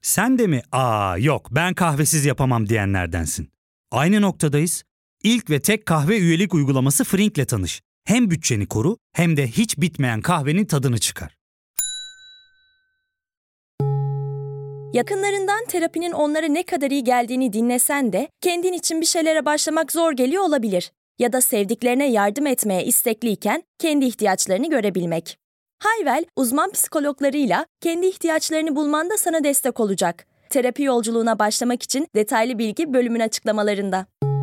Sen de mi yok ben kahvesiz yapamam diyenlerdensin? Aynı noktadayız. İlk ve tek kahve üyelik uygulaması Frink'le tanış. Hem bütçeni koru hem de hiç bitmeyen kahvenin tadını çıkar. Yakınlarından terapinin onlara ne kadar iyi geldiğini dinlesen de kendin için bir şeylere başlamak zor geliyor olabilir. Ya da sevdiklerine yardım etmeye istekliyken kendi ihtiyaçlarını görebilmek. Hayvel, uzman psikologlarıyla kendi ihtiyaçlarını bulmanda sana destek olacak. Terapi yolculuğuna başlamak için detaylı bilgi bölümün açıklamalarında.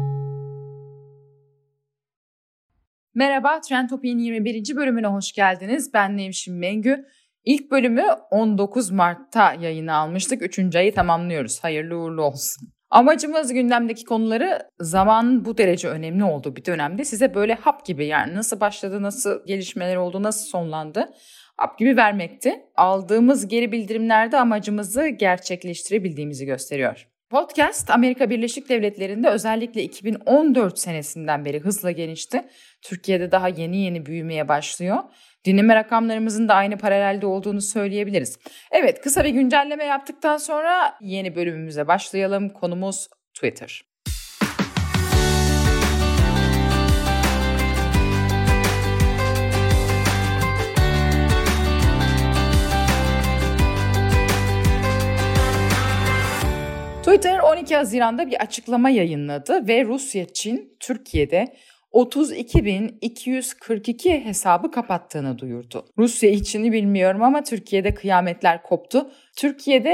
Merhaba, Trend Topi'nin 21. bölümüne hoş geldiniz. Ben Nevşin Mengü. İlk bölümü 19 Mart'ta yayına almıştık. 3. ayı tamamlıyoruz. Hayırlı uğurlu olsun. Amacımız gündemdeki konuları zamanın bu derece önemli olduğu bir dönemde size böyle hap gibi, yani nasıl başladı, nasıl gelişmeler oldu, nasıl sonlandı hap gibi vermekti. Aldığımız geri bildirimlerde amacımızı gerçekleştirebildiğimizi gösteriyor. Podcast Amerika Birleşik Devletleri'nde özellikle 2014 senesinden beri hızla gelişti. Türkiye'de daha yeni büyümeye başlıyor. Dinleme rakamlarımızın da aynı paralelde olduğunu söyleyebiliriz. Evet, kısa bir güncelleme yaptıktan sonra yeni bölümümüze başlayalım. Konumuz Twitter. Twitter 12 Haziran'da bir açıklama yayınladı ve Rusya, Çin, Türkiye'de 32.242 hesabı kapattığını duyurdu. Rusya içini bilmiyorum ama Türkiye'de kıyametler koptu. Türkiye'de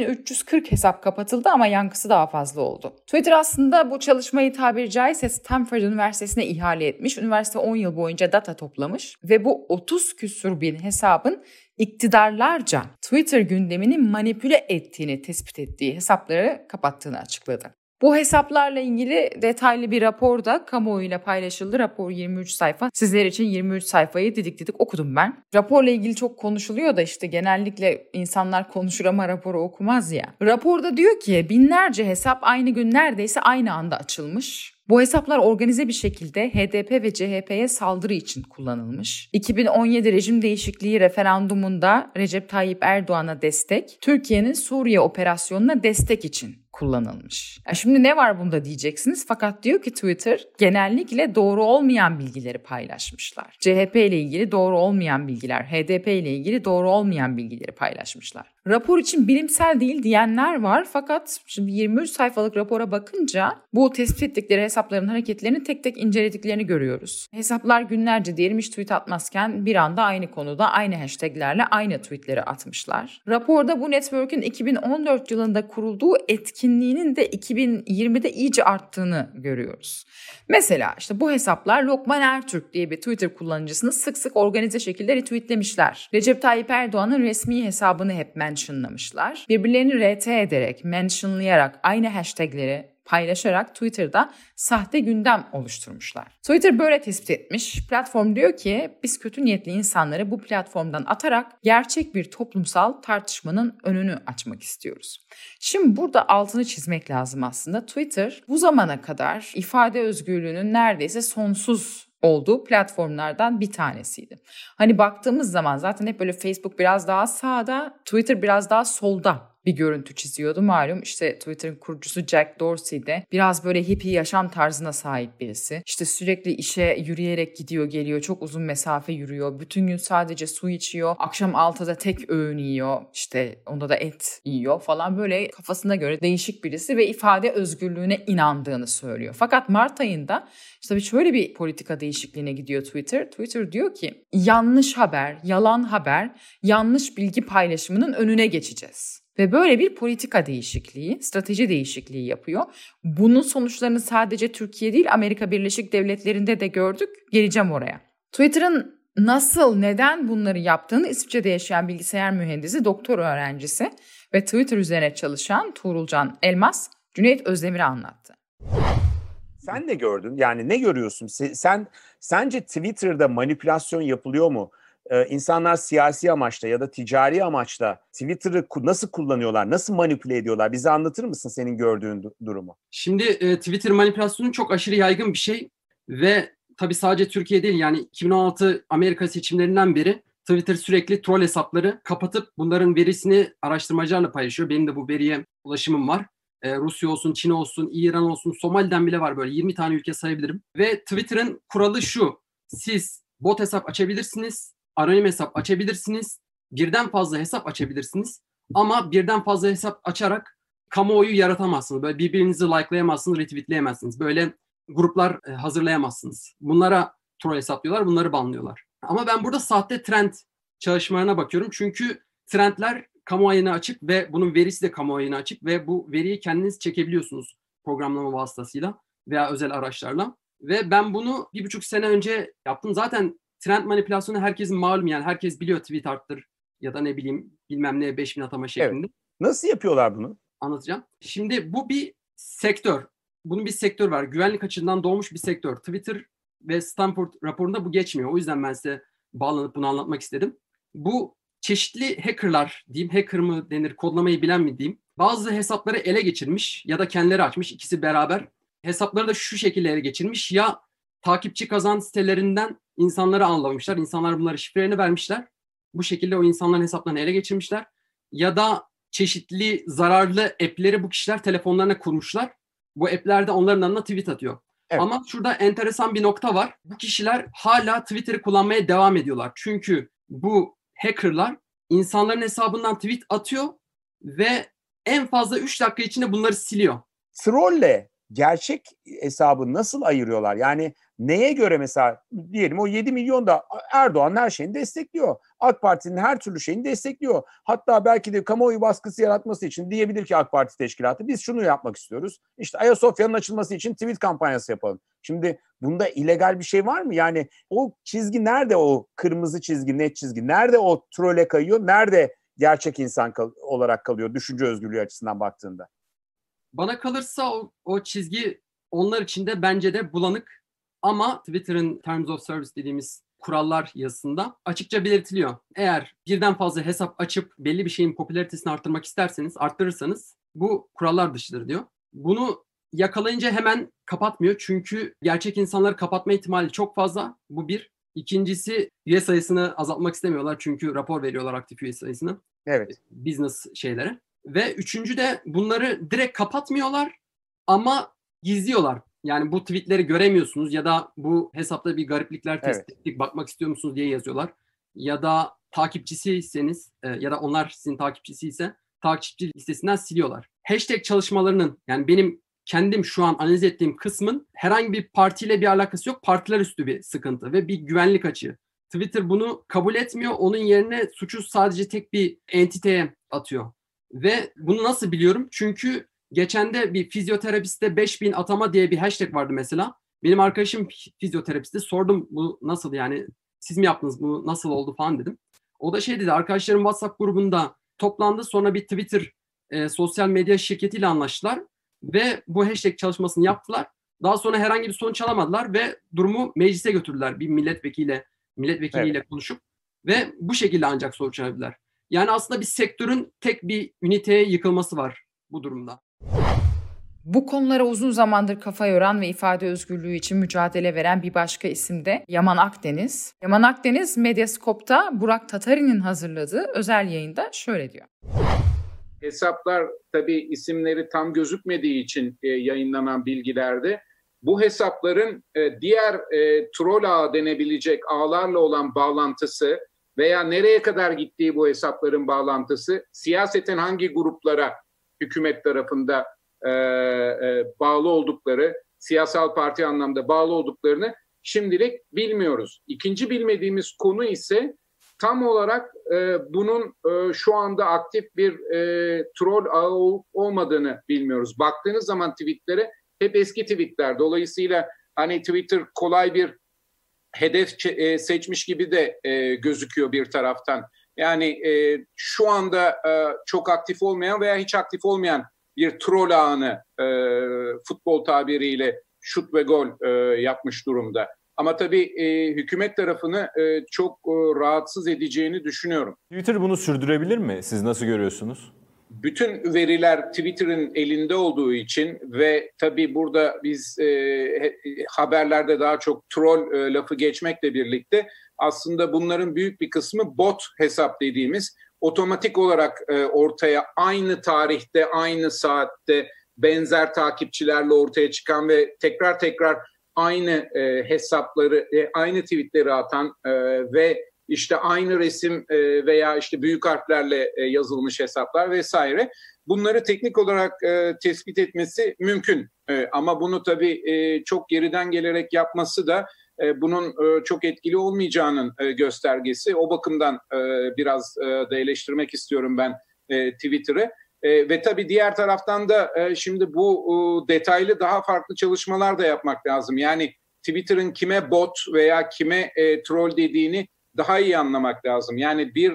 7.340 hesap kapatıldı ama yankısı daha fazla oldu. Twitter aslında bu çalışmayı tabiri caizse Stanford Üniversitesi'ne ihale etmiş. Üniversite 10 yıl boyunca data toplamış ve bu 30 küsur bin hesabın iktidarlarca Twitter gündemini manipüle ettiğini tespit ettiği hesapları kapattığını açıkladı. Bu hesaplarla ilgili detaylı bir rapor da kamuoyuyla paylaşıldı. Rapor 23 sayfa. Sizler için 23 sayfayı didik okudum ben. Raporla ilgili çok konuşuluyor da işte genellikle insanlar konuşur ama raporu okumaz ya. Raporda diyor ki binlerce hesap aynı gün neredeyse aynı anda açılmış. Bu hesaplar organize bir şekilde HDP ve CHP'ye saldırı için kullanılmış. 2017 rejim değişikliği referandumunda Recep Tayyip Erdoğan'a destek, Türkiye'nin Suriye operasyonuna destek için kullanılmış. Şimdi ne var bunda diyeceksiniz, fakat diyor ki Twitter genellikle doğru olmayan bilgileri paylaşmışlar. CHP ile ilgili doğru olmayan bilgiler, HDP ile ilgili doğru olmayan bilgileri paylaşmışlar. Rapor için bilimsel değil diyenler var, fakat şimdi 23 sayfalık rapora bakınca bu tespit ettikleri hesapların hareketlerini tek tek incelediklerini görüyoruz. Hesaplar günlerce diyelim hiç tweet atmazken bir anda aynı konuda aynı hashtaglerle aynı tweetleri atmışlar. Raporda bu network'ün 2014 yılında kurulduğu etkinliğinin de 2020'de iyice arttığını görüyoruz. Mesela işte bu hesaplar Lokman Ertürk diye bir Twitter kullanıcısını sık sık organize şekilde retweetlemişler. Recep Tayyip Erdoğan'ın resmi hesabını hep mentionlamışlar. Birbirlerini RT ederek, mentionlayarak, aynı hashtagleri paylaşarak Twitter'da sahte gündem oluşturmuşlar. Twitter böyle tespit etmiş. Platform diyor ki biz kötü niyetli insanları bu platformdan atarak gerçek bir toplumsal tartışmanın önünü açmak istiyoruz. Şimdi burada altını çizmek lazım aslında. Twitter bu zamana kadar ifade özgürlüğünün neredeyse sonsuz olduğu platformlardan bir tanesiydi. Hani baktığımız zaman zaten hep böyle Facebook biraz daha sağda, Twitter biraz daha solda bir görüntü çiziyordu. Malum işte Twitter'ın kurucusu Jack Dorsey de biraz böyle hippie yaşam tarzına sahip birisi. İşte sürekli işe yürüyerek gidiyor geliyor, çok uzun mesafe yürüyor. Bütün gün sadece su içiyor. Akşam 6'da tek öğün yiyor. İşte onda da et yiyor falan, böyle kafasına göre değişik birisi ve ifade özgürlüğüne inandığını söylüyor. Fakat Mart ayında işte şöyle bir politika değişikliğine gidiyor Twitter. Twitter diyor ki yanlış haber, yalan haber, yanlış bilgi paylaşımının önüne geçeceğiz. Ve böyle bir politika değişikliği, strateji değişikliği yapıyor. Bunun sonuçlarını sadece Türkiye değil, Amerika Birleşik Devletleri'nde de gördük. Geleceğim oraya. Twitter'ın nasıl, neden bunları yaptığını İsviçre'de yaşayan bilgisayar mühendisi, doktor öğrencisi ve Twitter üzerine çalışan Tuğrulcan Elmas, Cüneyt Özdemir'e anlattı. Sen de gördün. Yani ne görüyorsun? Sence Twitter'da manipülasyon yapılıyor mu? İnsanlar siyasi amaçla ya da ticari amaçla Twitter'ı nasıl kullanıyorlar, nasıl manipüle ediyorlar? Bize anlatır mısın senin gördüğün durumu? Şimdi Twitter manipülasyonu çok aşırı yaygın bir şey ve tabii sadece Türkiye değil, yani 2016 Amerika seçimlerinden beri Twitter sürekli troll hesapları kapatıp bunların verisini araştırmacılarla paylaşıyor. Benim de bu veriye ulaşımım var. Rusya olsun, Çin olsun, İran olsun, Somali'den bile var, böyle 20 tane ülke sayabilirim. Ve Twitter'ın kuralı şu: siz bot hesap açabilirsiniz, anonim hesap açabilirsiniz, birden fazla hesap açabilirsiniz. Ama birden fazla hesap açarak kamuoyu yaratamazsınız. Böyle birbirinizi likelayamazsınız, retweetleyemezsiniz. Böyle gruplar hazırlayamazsınız. Bunlara troll hesap diyorlar, bunları banlıyorlar. Ama ben burada sahte trend çalışmalarına bakıyorum. Çünkü trendler kamuoyuna açık ve bunun verisi de kamuoyuna açık ve bu veriyi kendiniz çekebiliyorsunuz programlama vasıtasıyla veya özel araçlarla. Ve ben bunu 1,5 sene önce yaptım. Zaten trend manipülasyonu herkesin malum, yani herkes biliyor, tweet arttır ya da ne bileyim bilmem ne 5000 atama şeklinde. Evet. Nasıl yapıyorlar bunu? Anlatacağım. Şimdi bu bir sektör. Bunun bir sektör var. Güvenlik açısından doğmuş bir sektör. Twitter ve Stanford raporunda bu geçmiyor. O yüzden ben size bağlanıp bunu anlatmak istedim. Bu çeşitli hackerlar diyeyim, hacker mı denir, kodlamayı bilen mi diyeyim, bazı hesapları ele geçirmiş ya da kendileri açmış, ikisi beraber. Hesapları da şu şekilde ele geçirmiş: ya takipçi kazan sitelerinden insanları anlamışlar, insanlar bunları şifrelerini vermişler. Bu şekilde o insanların hesaplarını ele geçirmişler. Ya da çeşitli zararlı app'leri bu kişiler telefonlarına kurmuşlar. Bu app'lerde onların adına tweet atıyor. Evet. Ama şurada enteresan bir nokta var. Bu kişiler hala Twitter'ı kullanmaya devam ediyorlar. Çünkü bu hackerlar insanların hesabından tweet atıyor ve en fazla 3 dakika içinde bunları siliyor. Trolle gerçek hesabı nasıl ayırıyorlar? Yani neye göre, mesela diyelim o 7 milyon da Erdoğan'ın her şeyini destekliyor. AK Parti'nin her türlü şeyini destekliyor. Hatta belki de kamuoyu baskısı yaratması için diyebilir ki AK Parti teşkilatı, biz şunu yapmak istiyoruz. İşte Ayasofya'nın açılması için tweet kampanyası yapalım. Şimdi bunda illegal bir şey var mı? Yani o çizgi nerede, o kırmızı çizgi, net çizgi? Nerede o trolle kayıyor? Nerede gerçek insan olarak kalıyor düşünce özgürlüğü açısından baktığında? Bana kalırsa o çizgi onlar için de bence de bulanık. Ama Twitter'ın Terms of Service dediğimiz kurallar yazısında açıkça belirtiliyor: eğer birden fazla hesap açıp belli bir şeyin popülaritesini arttırmak isterseniz, arttırırsanız bu kurallar dışıdır diyor. Bunu yakalayınca hemen kapatmıyor. Çünkü gerçek insanları kapatma ihtimali çok fazla. Bu bir. İkincisi, üye sayısını azaltmak istemiyorlar. Çünkü rapor veriyorlar aktif üye sayısını. Evet. Business şeylere. Ve üçüncü de bunları direkt kapatmıyorlar ama gizliyorlar. Yani bu tweetleri göremiyorsunuz ya da bu hesapta bir gariplikler tespit ettik, bakmak istiyor musunuz diye yazıyorlar. Ya da takipçisiyseniz ya da onlar sizin takipçisiyse takipçi listesinden siliyorlar. Hashtag çalışmalarının, yani benim kendim şu an analiz ettiğim kısmın herhangi bir partiyle bir alakası yok. Partiler üstü bir sıkıntı ve bir güvenlik açığı. Twitter bunu kabul etmiyor. Onun yerine suçu sadece tek bir entiteye atıyor. Ve bunu nasıl biliyorum? Çünkü geçen de bir fizyoterapiste 5000 atama diye bir hashtag vardı mesela. Benim arkadaşım fizyoterapisti, sordum bu nasıl, yani siz mi yaptınız, bu nasıl oldu falan dedim. O da şey dedi: arkadaşlarım WhatsApp grubunda toplandı, sonra bir Twitter sosyal medya şirketiyle anlaştılar ve bu hashtag çalışmasını yaptılar. Daha sonra herhangi bir sonuç alamadılar ve durumu meclise götürdüler bir milletvekiliyle konuşup ve bu şekilde ancak sonuç alabildiler. Yani aslında bir sektörün tek bir üniteye yıkılması var bu durumda. Bu konulara uzun zamandır kafa yoran ve ifade özgürlüğü için mücadele veren bir başka isim de Yaman Akdeniz. Yaman Akdeniz, Medyascope'da Burak Tatari'nin hazırladığı özel yayında şöyle diyor. Hesaplar tabii isimleri tam gözükmediği için yayınlanan bilgilerde bu hesapların diğer troll ağ denebilecek ağlarla olan bağlantısı veya nereye kadar gittiği bu hesapların bağlantısı, siyaseten hangi gruplara hükümet tarafında bağlı oldukları, siyasal parti anlamda bağlı olduklarını şimdilik bilmiyoruz. İkinci bilmediğimiz konu ise tam olarak bunun şu anda aktif bir troll ağı olup olmadığını bilmiyoruz. Baktığınız zaman tweetlere hep eski tweetler. Dolayısıyla hani Twitter kolay bir hedef seçmiş gibi de gözüküyor bir taraftan. Yani şu anda çok aktif olmayan veya hiç aktif olmayan bir troll ağını futbol tabiriyle şut ve gol yapmış durumda. Ama tabii hükümet tarafını çok rahatsız edeceğini düşünüyorum. Twitter bunu sürdürebilir mi? Siz nasıl görüyorsunuz? bütün veriler Twitter'ın elinde olduğu için ve tabii burada biz haberlerde daha çok troll lafı geçmekle birlikte aslında bunların büyük bir kısmı bot hesap dediğimiz otomatik olarak ortaya aynı tarihte, aynı saatte benzer takipçilerle ortaya çıkan ve tekrar aynı hesapları, aynı tweetleri atan ve işte aynı resim veya işte büyük harflerle yazılmış hesaplar vesaire. Bunları teknik olarak tespit etmesi mümkün. Ama bunu tabii çok geriden gelerek yapması da bunun çok etkili olmayacağının göstergesi. O bakımdan biraz da eleştirmek istiyorum ben Twitter'ı. Ve tabii diğer taraftan da şimdi bu detaylı daha farklı çalışmalar da yapmak lazım. Yani Twitter'ın kime bot veya kime troll dediğini daha iyi anlamak lazım. Yani bir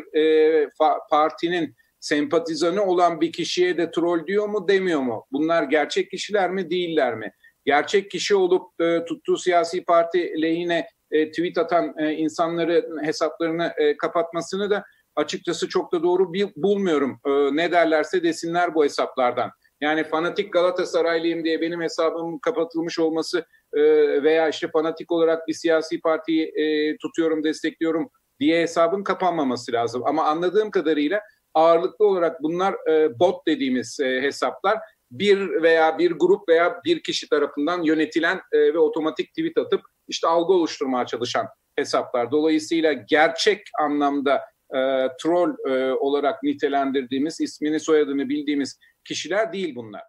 partinin sempatizanı olan bir kişiye de troll diyor mu demiyor mu? Bunlar gerçek kişiler mi değiller mi? Gerçek kişi olup tuttuğu siyasi parti lehine tweet atan insanların hesaplarını kapatmasını da açıkçası çok da doğru bulmuyorum. Ne derlerse desinler bu hesaplardan. Yani fanatik Galatasaraylıyım diye benim hesabımın kapatılmış olması veya işte fanatik olarak bir siyasi partiyi tutuyorum, destekliyorum diye hesabın kapanmaması lazım. Ama anladığım kadarıyla ağırlıklı olarak bunlar bot dediğimiz hesaplar bir veya bir grup veya bir kişi tarafından yönetilen ve otomatik tweet atıp işte algı oluşturmaya çalışan hesaplar. Dolayısıyla gerçek anlamda troll olarak nitelendirdiğimiz, ismini soyadını bildiğimiz kişiler değil bunlar.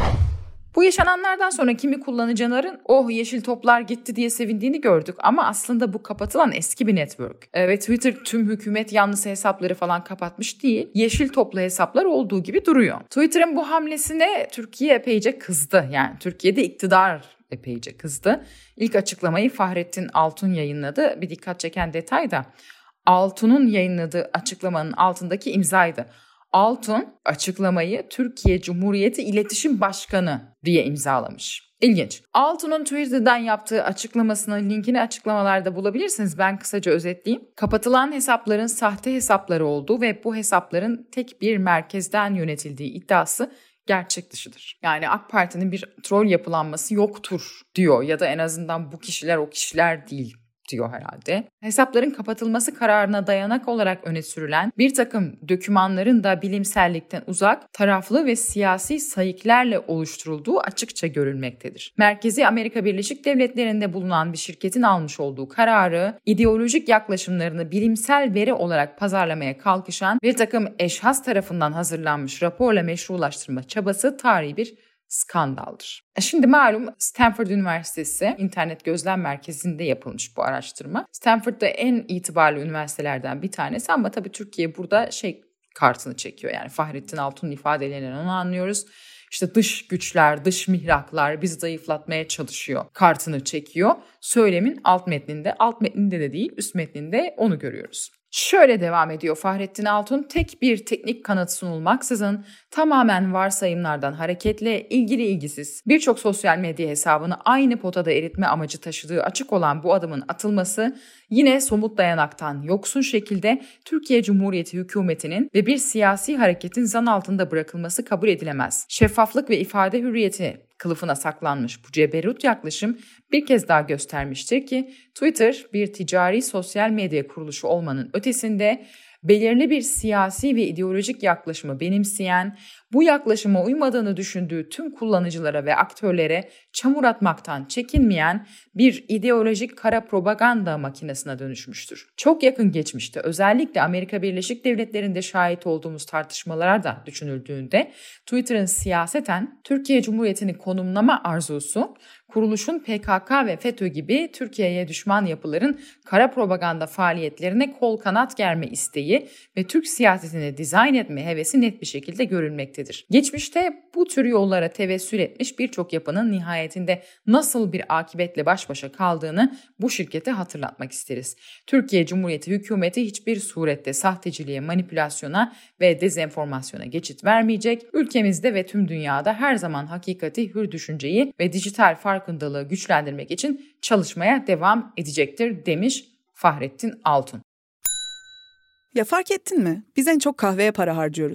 Bu yaşananlardan sonra kimi kullanıcıların yeşil toplar gitti diye sevindiğini gördük ama aslında bu kapatılan eski bir network. Ve Twitter tüm hükümet yanlısı hesapları falan kapatmış değil. Yeşil toplu hesaplar olduğu gibi duruyor. Twitter'ın bu hamlesine Türkiye epeyce kızdı. Yani Türkiye'de iktidar epeyce kızdı. İlk açıklamayı Fahrettin Altun yayınladı. Bir dikkat çeken detay da Altun'un yayınladığı açıklamanın altındaki imzaydı. Altun açıklamayı Türkiye Cumhuriyeti İletişim Başkanı diye imzalamış. İlginç. Altun'un Twitter'dan yaptığı açıklamasının linkini açıklamalarda bulabilirsiniz. Ben kısaca özetleyeyim. Kapatılan hesapların sahte hesapları olduğu ve bu hesapların tek bir merkezden yönetildiği iddiası gerçek dışıdır. Yani AK Parti'nin bir troll yapılanması yoktur diyor ya da en azından bu kişiler o kişiler değil diyor herhalde. Hesapların kapatılması kararına dayanak olarak öne sürülen bir takım dokümanların da bilimsellikten uzak, taraflı ve siyasi sayıklarla oluşturulduğu açıkça görülmektedir. Merkezi Amerika Birleşik Devletleri'nde bulunan bir şirketin almış olduğu kararı, ideolojik yaklaşımlarını bilimsel veri olarak pazarlamaya kalkışan bir takım eşhas tarafından hazırlanmış raporla meşrulaştırma çabası tarihi bir skandaldır. Şimdi malum Stanford Üniversitesi İnternet Gözlem Merkezi'nde yapılmış bu araştırma. Stanford'da en itibarlı üniversitelerden bir tanesi ama tabii Türkiye burada kartını çekiyor. Yani Fahrettin Altun'un ifadelerinden onu anlıyoruz. İşte dış güçler, dış mihraklar bizi zayıflatmaya çalışıyor. Kartını çekiyor. Söylemin alt metninde de değil, üst metninde onu görüyoruz. Şöyle devam ediyor Fahrettin Altun, tek bir teknik kanıt sunulmaksızın tamamen varsayımlardan hareketle ilgili ilgisiz birçok sosyal medya hesabını aynı potada eritme amacı taşıdığı açık olan bu adımın atılması yine somut dayanaktan yoksun şekilde Türkiye Cumhuriyeti hükümetinin ve bir siyasi hareketin zan altında bırakılması kabul edilemez. Şeffaflık ve ifade hürriyeti kılıfına saklanmış bu ceberut yaklaşım bir kez daha göstermiştir ki Twitter bir ticari sosyal medya kuruluşu olmanın ötesinde belirli bir siyasi ve ideolojik yaklaşımı benimseyen, bu yaklaşıma uymadığını düşündüğü tüm kullanıcılara ve aktörlere çamur atmaktan çekinmeyen bir ideolojik kara propaganda makinesine dönüşmüştür. Çok yakın geçmişte özellikle Amerika Birleşik Devletleri'nde şahit olduğumuz tartışmalar da düşünüldüğünde Twitter'ın siyaseten Türkiye Cumhuriyeti'ni konumlama arzusu, kuruluşun PKK ve FETÖ gibi Türkiye'ye düşman yapıların kara propaganda faaliyetlerine kol kanat germe isteği ve Türk siyasetini dizayn etme hevesi net bir şekilde görülmektedir. Geçmişte bu tür yollara tevessül etmiş birçok yapının nihayetinde nasıl bir akıbetle baş başa kaldığını bu şirkete hatırlatmak isteriz. Türkiye Cumhuriyeti hükümeti hiçbir surette sahteciliğe, manipülasyona ve dezenformasyona geçit vermeyecek. Ülkemizde ve tüm dünyada her zaman hakikati, hür düşünceyi ve dijital farkındalığı güçlendirmek için çalışmaya devam edecektir demiş Fahrettin Altun. Ya fark ettin mi? Biz en çok kahveye para harcıyoruz.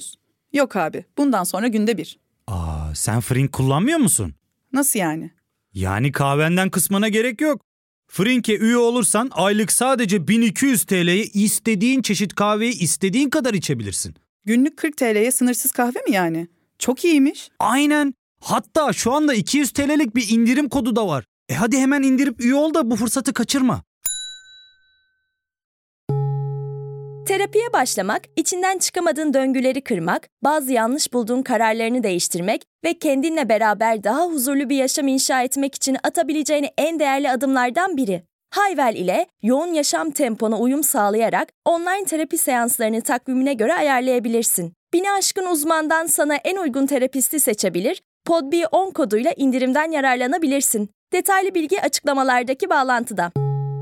Yok abi, bundan sonra günde 1. Sen Frink kullanmıyor musun? Nasıl yani? Yani kahvenden kısmına gerek yok. Frink'e üye olursan aylık sadece 1200 TL'ye istediğin çeşit kahveyi istediğin kadar içebilirsin. Günlük 40 TL'ye sınırsız kahve mi yani? Çok iyiymiş. Aynen. Hatta şu anda 200 TL'lik bir indirim kodu da var. Hadi hemen indirip üye ol da bu fırsatı kaçırma. Terapiye başlamak, içinden çıkamadığın döngüleri kırmak, bazı yanlış bulduğun kararlarını değiştirmek ve kendinle beraber daha huzurlu bir yaşam inşa etmek için atabileceğin en değerli adımlardan biri. Hayvel ile yoğun yaşam tempona uyum sağlayarak online terapi seanslarını takvimine göre ayarlayabilirsin. 1000'i aşkın uzmandan sana en uygun terapisti seçebilir, PodB10 koduyla indirimden yararlanabilirsin. Detaylı bilgi açıklamalardaki bağlantıda.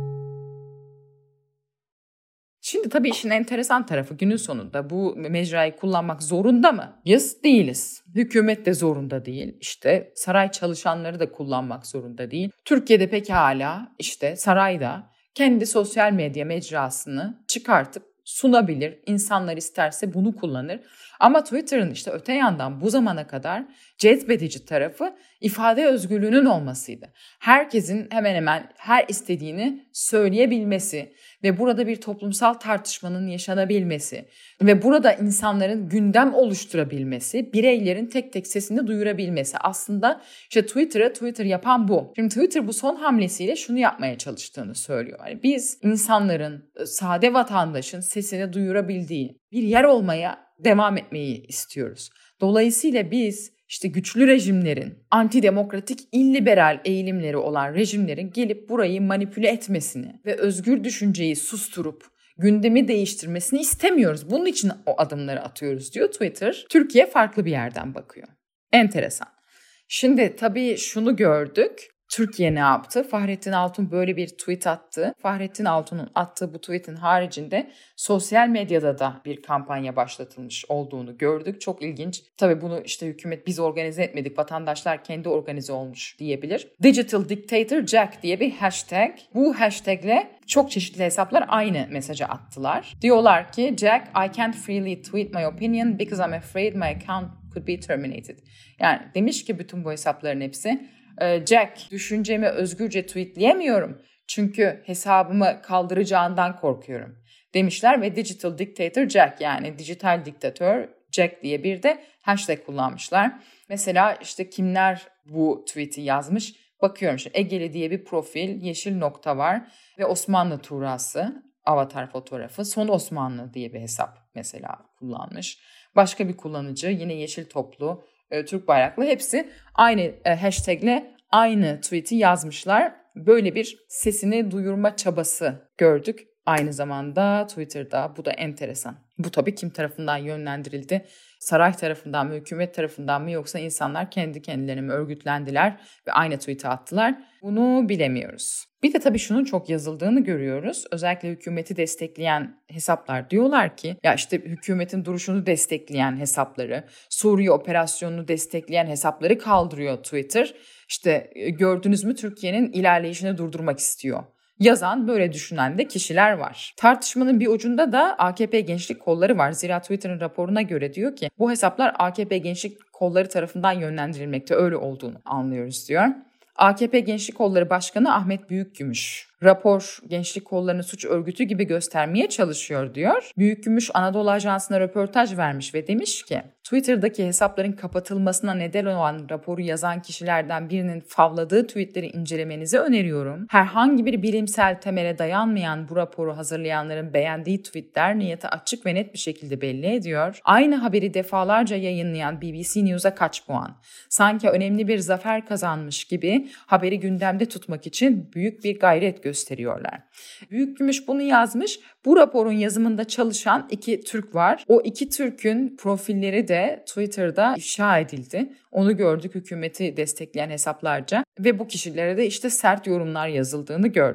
Şimdi tabii işin enteresan tarafı günün sonunda bu mecrayı kullanmak zorunda mı? Yes, değiliz. Hükümet de zorunda değil. İşte saray çalışanları da kullanmak zorunda değil. Türkiye'de pekala işte sarayda kendi sosyal medya mecrasını çıkartıp sunabilir. İnsanlar isterse bunu kullanır. Ama Twitter'ın işte öte yandan bu zamana kadar cezbedici tarafı ifade özgürlüğünün olmasıydı. Herkesin hemen hemen her istediğini söyleyebilmesi ve burada bir toplumsal tartışmanın yaşanabilmesi ve burada insanların gündem oluşturabilmesi, bireylerin tek tek sesini duyurabilmesi. Aslında işte Twitter'ı Twitter yapan bu. Şimdi Twitter bu son hamlesiyle şunu yapmaya çalıştığını söylüyor. Yani biz insanların, sade vatandaşın sesini duyurabildiği bir yer olmaya devam etmeyi istiyoruz. Dolayısıyla biz işte güçlü rejimlerin, antidemokratik, illiberal eğilimleri olan rejimlerin gelip burayı manipüle etmesini ve özgür düşünceyi susturup gündemi değiştirmesini istemiyoruz. Bunun için o adımları atıyoruz diyor Twitter. Türkiye farklı bir yerden bakıyor. Enteresan. Şimdi tabii şunu gördük. Türkiye ne yaptı? Fahrettin Altun böyle bir tweet attı. Fahrettin Altun'un attığı bu tweetin haricinde sosyal medyada da bir kampanya başlatılmış olduğunu gördük. Çok ilginç. Tabii bunu işte hükümet biz organize etmedik, vatandaşlar kendi organize olmuş diyebilir. Digital Dictator Jack diye bir hashtag. Bu hashtagle çok çeşitli hesaplar aynı mesajı attılar. Diyorlar ki Jack, I can't freely tweet my opinion because I'm afraid my account could be terminated. Yani demiş ki bütün bu hesapların hepsi Jack, düşüncemi özgürce tweetleyemiyorum çünkü hesabımı kaldıracağından korkuyorum demişler ve Digital Dictator Jack yani dijital diktatör Jack diye bir de hashtag kullanmışlar. Mesela işte kimler bu tweet'i yazmış bakıyorum. Şimdi Egeli diye bir profil, yeşil nokta var ve Osmanlı Tuğrası avatar fotoğrafı, Son Osmanlı diye bir hesap mesela kullanmış. Başka bir kullanıcı yine yeşil toplu, Türk bayraklı, hepsi aynı hashtagle aynı tweet'i yazmışlar. Böyle bir sesini duyurma çabası gördük. Aynı zamanda Twitter'da, bu da enteresan. Bu tabii kim tarafından yönlendirildi? Saray tarafından mı, hükümet tarafından mı, yoksa insanlar kendi kendilerine mi örgütlendiler ve aynı tweet'i attılar? Bunu bilemiyoruz. Bir de tabii şunun çok yazıldığını görüyoruz. Özellikle hükümeti destekleyen hesaplar diyorlar ki ya işte hükümetin duruşunu destekleyen hesapları, Suriye operasyonunu destekleyen hesapları kaldırıyor Twitter. İşte gördünüz mü, Türkiye'nin ilerleyişini durdurmak istiyor. Yazan, böyle düşünen de kişiler var. Tartışmanın bir ucunda da AKP Gençlik Kolları var. Zira Twitter'ın raporuna göre diyor ki bu hesaplar AKP Gençlik Kolları tarafından yönlendirilmekte, öyle olduğunu anlıyoruz diyor. AKP Gençlik Kolları Başkanı Ahmet Büyükgümüş, rapor Gençlik Kolları'nı suç örgütü gibi göstermeye çalışıyor diyor. Büyükgümüş Anadolu Ajansı'na röportaj vermiş ve demiş ki Twitter'daki hesapların kapatılmasına neden olan raporu yazan kişilerden birinin favladığı tweetleri incelemenizi öneriyorum. Herhangi bir bilimsel temele dayanmayan bu raporu hazırlayanların beğendiği tweetler niyeti açık ve net bir şekilde belli ediyor. Aynı haberi defalarca yayınlayan BBC News'a kaç puan? Sanki önemli bir zafer kazanmış gibi haberi gündemde tutmak için büyük bir gayret gösteriyorlar. Büyükgümüş bunu yazmış. Bu raporun yazımında çalışan 2 Türk var. O 2 Türk'ün profilleri de Twitter'da ifşa edildi. Onu gördük, hükümeti destekleyen hesaplarca ve bu kişilere de işte sert yorumlar yazıldığını gördük.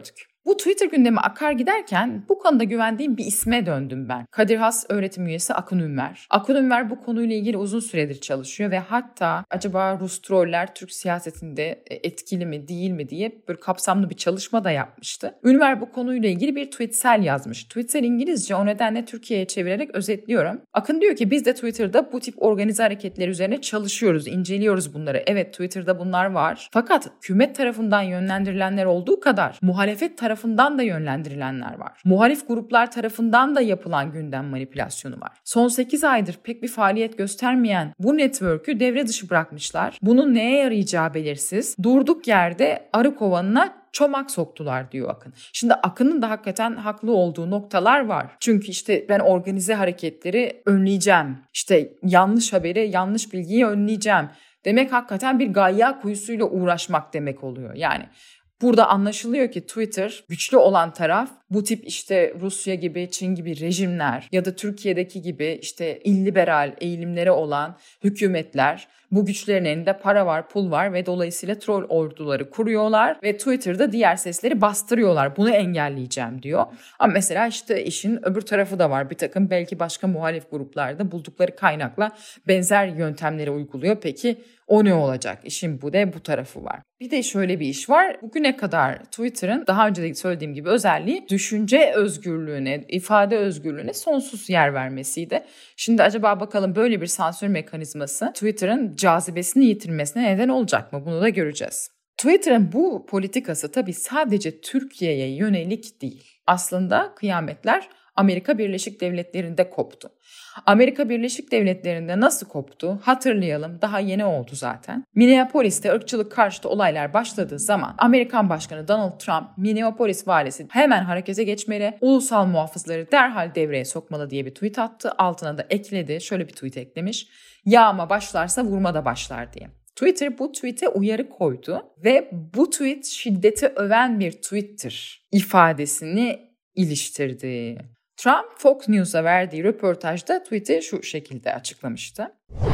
Bu Twitter gündemi akar giderken bu konuda güvendiğim bir isme döndüm ben. Kadir Has öğretim üyesi Akın Ünver. Akın Ünver bu konuyla ilgili uzun süredir çalışıyor ve hatta acaba Rus troller Türk siyasetinde etkili mi değil mi diye böyle kapsamlı bir çalışma da yapmıştı. Ünver bu konuyla ilgili bir tweetsel yazmış. Tweetsel İngilizce, o nedenle Türkiye'ye çevirerek özetliyorum. Akın diyor ki biz de Twitter'da bu tip organize hareketler üzerine çalışıyoruz, inceliyoruz bunları. Evet, Twitter'da bunlar var. Fakat hükümet tarafından yönlendirilenler olduğu kadar muhalefet tarafından da yönlendirilenler var. Muhalif gruplar tarafından da yapılan gündem manipülasyonu var. Son 8 aydır pek bir faaliyet göstermeyen bu network'ü devre dışı bırakmışlar. Bunun neye yarayacağı belirsiz. Durduk yerde arı kovanına çomak soktular diyor Akın. Şimdi Akın'ın da hakikaten haklı olduğu noktalar var. Çünkü işte ben organize hareketleri önleyeceğim. İşte yanlış haberi, yanlış bilgiyi önleyeceğim. Demek hakikaten bir gayya kuyusuyla uğraşmak demek oluyor. Yani burada anlaşılıyor ki Twitter güçlü olan taraf bu tip işte Rusya gibi, Çin gibi rejimler ya da Türkiye'deki gibi işte illiberal eğilimleri olan hükümetler. Bu güçlerin elinde para var, pul var ve dolayısıyla troll orduları kuruyorlar ve Twitter'da diğer sesleri bastırıyorlar. Bunu engelleyeceğim diyor. Ama mesela işte işin öbür tarafı da var. Bir takım belki başka muhalif gruplarda buldukları kaynakla benzer yöntemleri uyguluyor. Peki o ne olacak? İşin bu tarafı var. Bir de şöyle bir iş var. Bugüne kadar Twitter'ın daha önce de söylediğim gibi özelliği düşünce özgürlüğüne, ifade özgürlüğüne sonsuz yer vermesiydi. Şimdi acaba bakalım böyle bir sansür mekanizması Twitter'ın cazibesini yitirmesine neden olacak mı? Bunu da göreceğiz. Twitter'ın bu politikası tabii sadece Türkiye'ye yönelik değil. Aslında kıyametler Amerika Birleşik Devletleri'nde koptu. Amerika Birleşik Devletleri'nde nasıl koptu? Hatırlayalım, daha yeni oldu zaten. Minneapolis'te ırkçılık karşıtı olaylar başladığı zaman Amerikan Başkanı Donald Trump, Minneapolis valisi hemen harekete geçmeli, ulusal muhafızları derhal devreye sokmalı diye bir tweet attı. Altına da ekledi, şöyle bir tweet eklemiş: yağma başlarsa vurma da başlar diye. Twitter bu tweet'e uyarı koydu ve bu tweet şiddeti öven bir tweet'tir ifadesini iliştirdi. Trump, Fox News'a verdiği röportajda tweet'i şu şekilde açıklamıştı.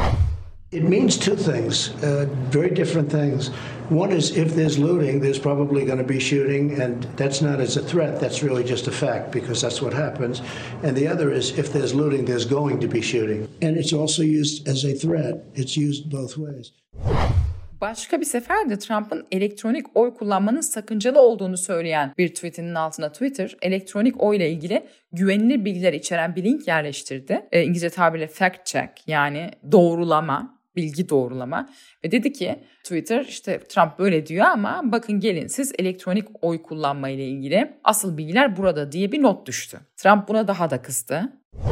It means two things, very different things. One is if there's looting, there's probably going to be shooting, and that's not as a threat, that's really just a fact because that's what happens. And the other is if there's looting, there's going to be shooting. And it's also used as a threat. It's used both ways. Başka bir sefer de Trump'ın elektronik oy kullanmanın sakıncalı olduğunu söyleyen bir tweetinin altına Twitter, elektronik oy ile ilgili güvenilir bilgiler içeren bir link yerleştirdi. İngilizce tabirle fact check, yani doğrulama, bilgi doğrulama. Ve dedi ki Twitter işte Trump böyle diyor ama bakın gelin siz elektronik oy kullanma ile ilgili asıl bilgiler burada diye bir not düştü. Trump buna daha da kızdı.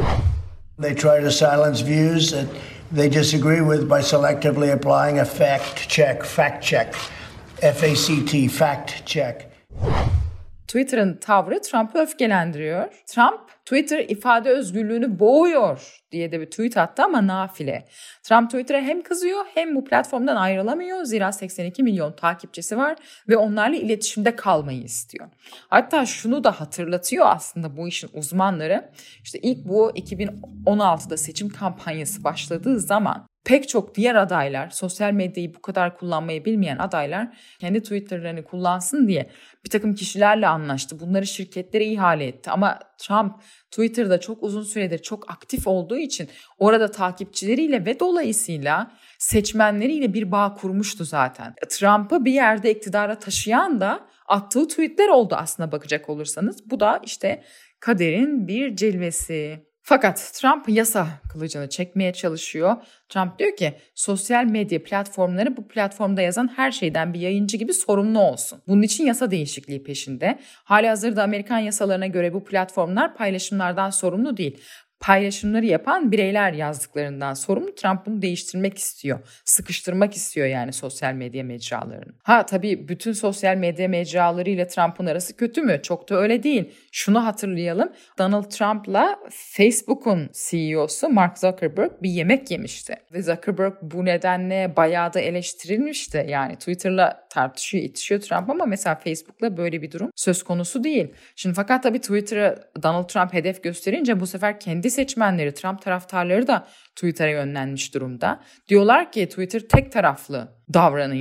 They try to silence views that they disagree with by selectively applying a fact check, F-A-C-T, fact check. Twitter'ın tavrı Trump'ı öfkelendiriyor. Trump, Twitter ifade özgürlüğünü boğuyor diye de bir tweet attı ama nafile. Trump Twitter'a hem kızıyor hem bu platformdan ayrılamıyor. Zira 82 milyon takipçisi var ve onlarla iletişimde kalmayı istiyor. Hatta şunu da hatırlatıyor aslında bu işin uzmanları. İşte ilk bu 2016'da seçim kampanyası başladığı zaman pek çok diğer adaylar, sosyal medyayı bu kadar kullanmayı bilmeyen adaylar kendi Twitter'larını kullansın diye bir takım kişilerle anlaştı. Bunları şirketlere ihale etti. Ama Trump Twitter'da çok uzun süredir çok aktif olduğu için orada takipçileriyle ve dolayısıyla seçmenleriyle bir bağ kurmuştu zaten. Trump'ı bir yerde iktidara taşıyan da attığı tweetler oldu aslına bakacak olursanız. Bu da işte kaderin bir cilvesi. Fakat Trump yasa kılıcını çekmeye çalışıyor. Trump diyor ki sosyal medya platformları bu platformda yazan her şeyden bir yayıncı gibi sorumlu olsun. Bunun için yasa değişikliği peşinde. Halihazırda Amerikan yasalarına göre bu platformlar paylaşımlardan sorumlu değil. Paylaşımları yapan bireyler yazdıklarından sorumlu. Trump bunu değiştirmek istiyor. Sıkıştırmak istiyor yani sosyal medya mecralarını. Tabii bütün sosyal medya mecralarıyla Trump'ın arası kötü mü? Çok da öyle değil. Şunu hatırlayalım. Donald Trump'la Facebook'un CEO'su Mark Zuckerberg bir yemek yemişti. Ve Zuckerberg bu nedenle bayağı da eleştirilmişti. Yani Twitter'la tartışıyor, itişiyor Trump ama mesela Facebook'la böyle bir durum söz konusu değil. Şimdi fakat tabii Twitter'a Donald Trump hedef gösterince bu sefer kendi seçmenleri, Trump taraftarları da Twitter'a yönlenmiş durumda. Diyorlar ki Twitter tek taraflı davranıyor.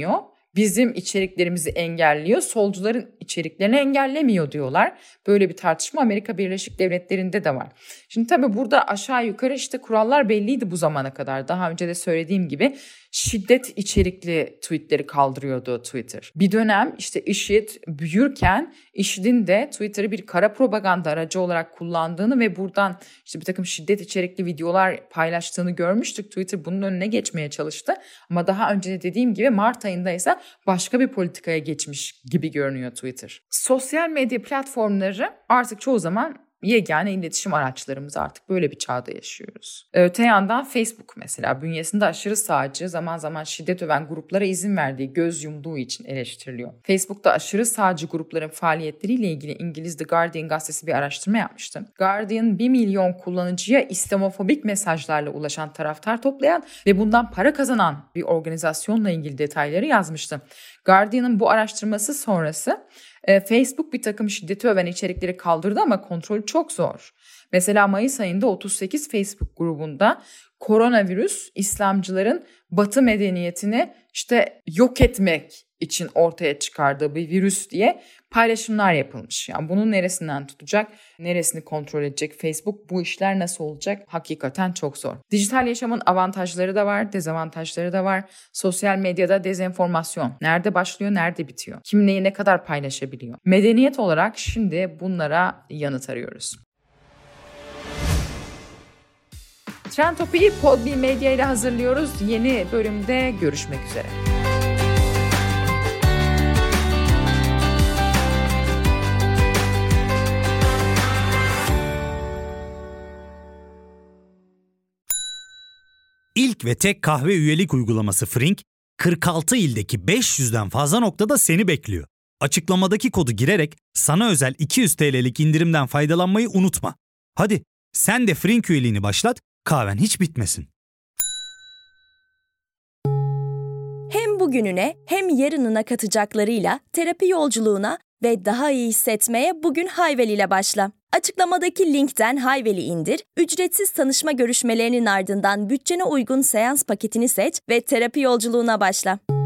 bizim içeriklerimizi engelliyor, solcuların içeriklerini engellemiyor diyorlar. Böyle bir tartışma Amerika Birleşik Devletleri'nde de var. Şimdi tabii burada aşağı yukarı işte kurallar belliydi bu zamana kadar. Daha önce de söylediğim gibi şiddet içerikli tweetleri kaldırıyordu Twitter. Bir dönem işte IŞİD büyürken IŞİD'in de Twitter'ı bir kara propaganda aracı olarak kullandığını ve buradan işte bir takım şiddet içerikli videolar paylaştığını görmüştük. Twitter bunun önüne geçmeye çalıştı. Ama daha önce de dediğim gibi Mart ayında ise başka bir politikaya geçmiş gibi görünüyor Twitter. Sosyal medya platformları artık çoğu zaman yegane iletişim araçlarımız, artık böyle bir çağda yaşıyoruz. Öte yandan Facebook mesela bünyesinde aşırı sağcı, zaman zaman şiddet öven gruplara izin verdiği, göz yumduğu için eleştiriliyor. Facebook'ta aşırı sağcı grupların faaliyetleriyle ilgili İngiliz The Guardian gazetesi bir araştırma yapmıştı. Guardian 1 milyon kullanıcıya İslamofobik mesajlarla ulaşan taraftar toplayan ve bundan para kazanan bir organizasyonla ilgili detayları yazmıştı. Guardian'ın bu araştırması sonrası Facebook bir takım şiddeti öven içerikleri kaldırdı ama kontrolü çok zor. Mesela Mayıs ayında 38 Facebook grubunda koronavirüs İslamcıların Batı medeniyetini işte yok etmek için ortaya çıkardığı bir virüs diye paylaşımlar yapılmış. Yani bunun neresinden tutacak, neresini kontrol edecek Facebook, bu işler nasıl olacak hakikaten çok zor. Dijital yaşamın avantajları da var, dezavantajları da var. Sosyal medyada dezenformasyon nerede başlıyor, nerede bitiyor? Kim neyi ne kadar paylaşabiliyor? Medeniyet olarak şimdi bunlara yanıt arıyoruz. Trend Topi'yi Podbi Medya ile hazırlıyoruz. Yeni bölümde görüşmek üzere. İlk ve tek kahve üyelik uygulaması Frink, 46 ildeki 500'den fazla noktada seni bekliyor. Açıklamadaki kodu girerek sana özel 200 TL'lik indirimden faydalanmayı unutma. Hadi sen de Frink üyeliğini başlat, kahven hiç bitmesin. Hem bugününe hem yarınına katacaklarıyla terapi yolculuğuna ve daha iyi hissetmeye bugün Hayvel ile başla. Açıklamadaki linkten Hayvel'i indir, ücretsiz tanışma görüşmelerinin ardından bütçene uygun seans paketini seç ve terapi yolculuğuna başla.